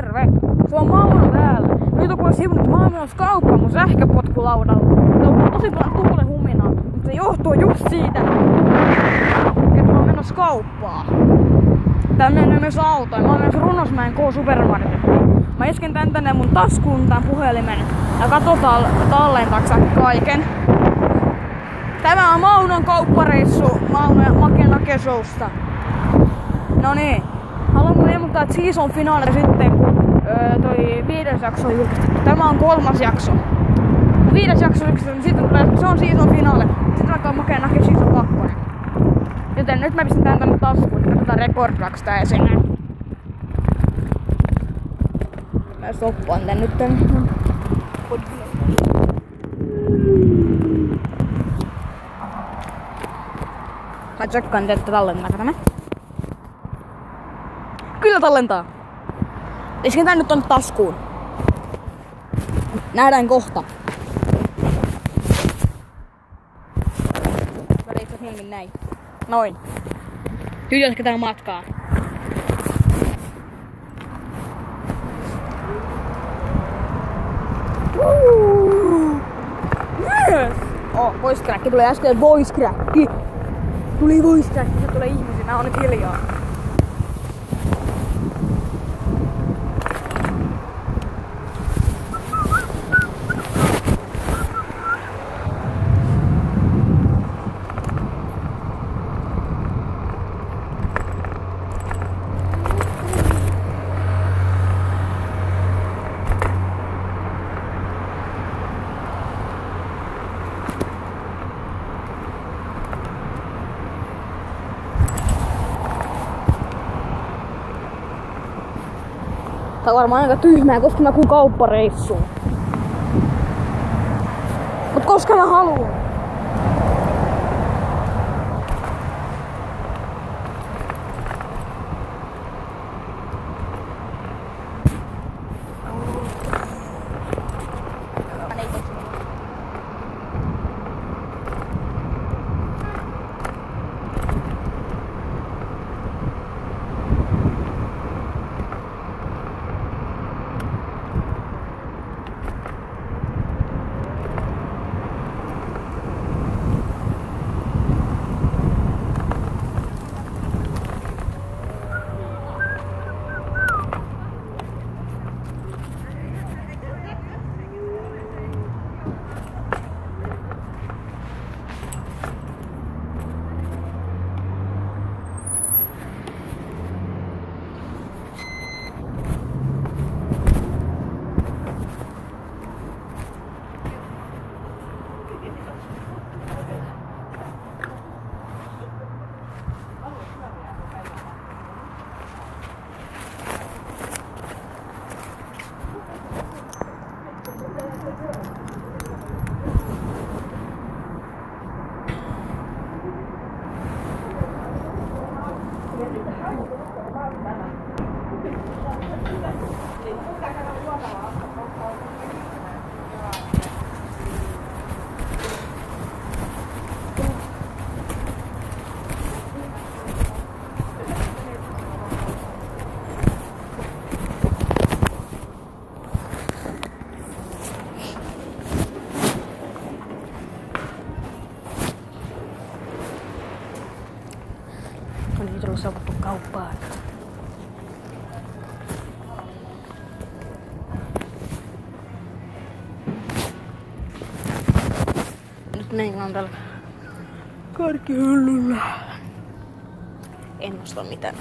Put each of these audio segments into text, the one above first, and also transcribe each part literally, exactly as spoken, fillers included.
terve! Se on Mauno täällä. Nyt on kuule sivun, että mä oon menossa kauppaan mun sähköpotkulaudalla. Se on tosi paljon tuulen huminaa, mutta se johtuu just siitä, että mä oon menossa kauppaan. Täällä menee myös autoja. Mä oon menossa Runnosmäen K-supermarkettiin. Mä isken tän tänne mun taskuun tän puhelimen ja katsotaan tallentaaks kaiken. Tämä on Maunon kauppareissu Maunon ja Make Nake Showsta. No niin. Haluan mun ilmoittaa, että season finaali sitten, kun öö, toi viides jakso on julkistettu. Tämä on kolmas jakso. Kun viides jakso on julkistettu, niin sitten tulee, se on season finaali. Sitten alkaa Make Nake season kakkonen. Joten nyt mä pistän tän tänne taskuun, että katsotaan rekordaaks tää esine. Mä soppaan tän nyt tänne. Mä tsekkaan, että tallentaako tämä. Kyllä tallentaa. Isken tän nyt tonne taskuun. Nähdään kohta. Mä reitsen mieluummin näin. Noin. Nyt jatketaan matkaa. Yes! Oh, voice crack. Tulee äsken voice crack. Tuli voice crack. Se tulee ihmisiä. Mä oon nyt hiljaa. Tää on varmaan aika tyhmää, koska mä kuun kauppareissuun. Mut koska mä haluan. Nyt on saavuttu kauppaan. Nyt meillä on täällä karkkihyllyllä. En osta mitään.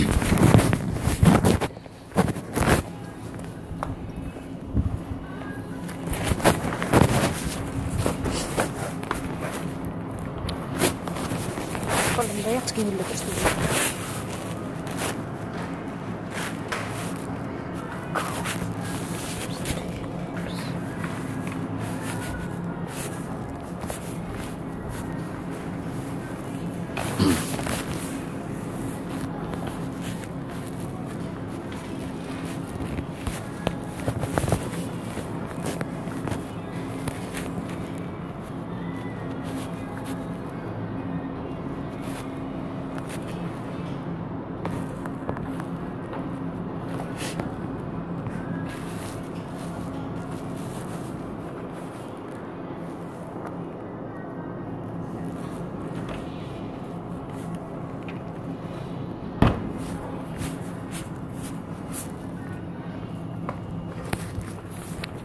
Paljon mitä jatskihyllykästä tulee.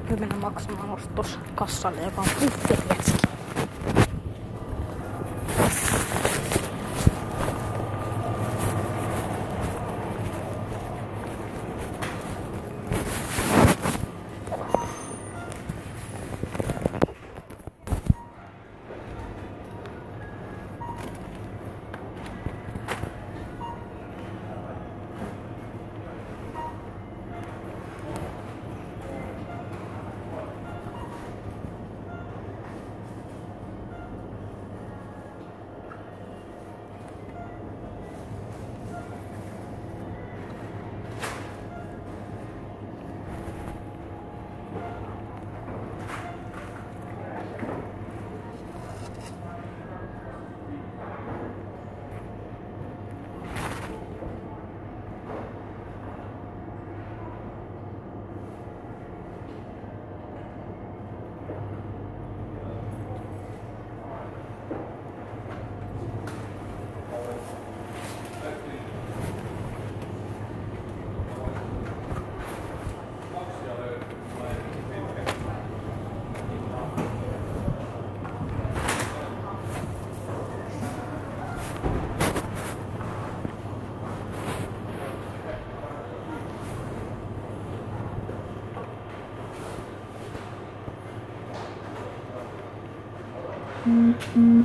Voi mennä maksamaan ostoskassalle, joka on puhtiaksi. Mm-hmm.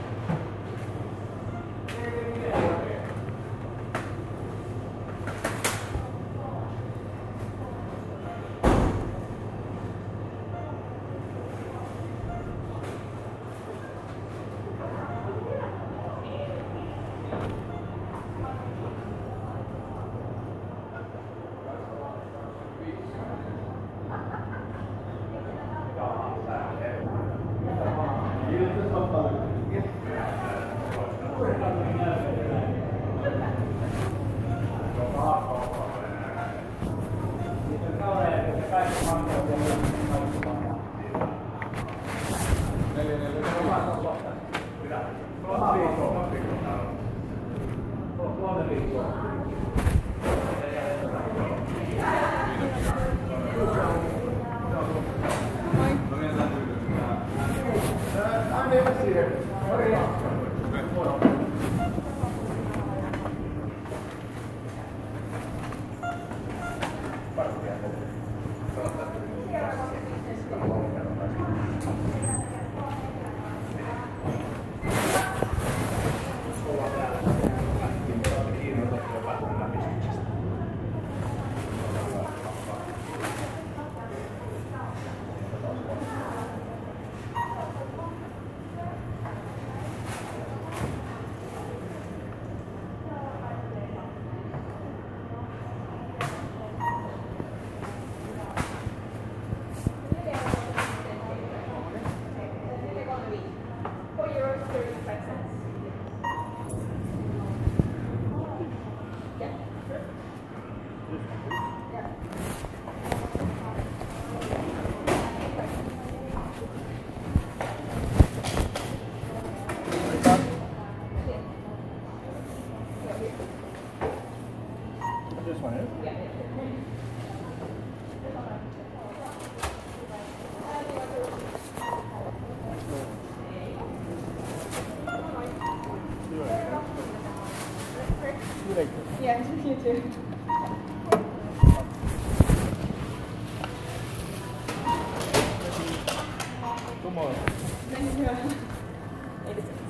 This one is? Yeah. Yeah, you too. Tomorrow. Thank you.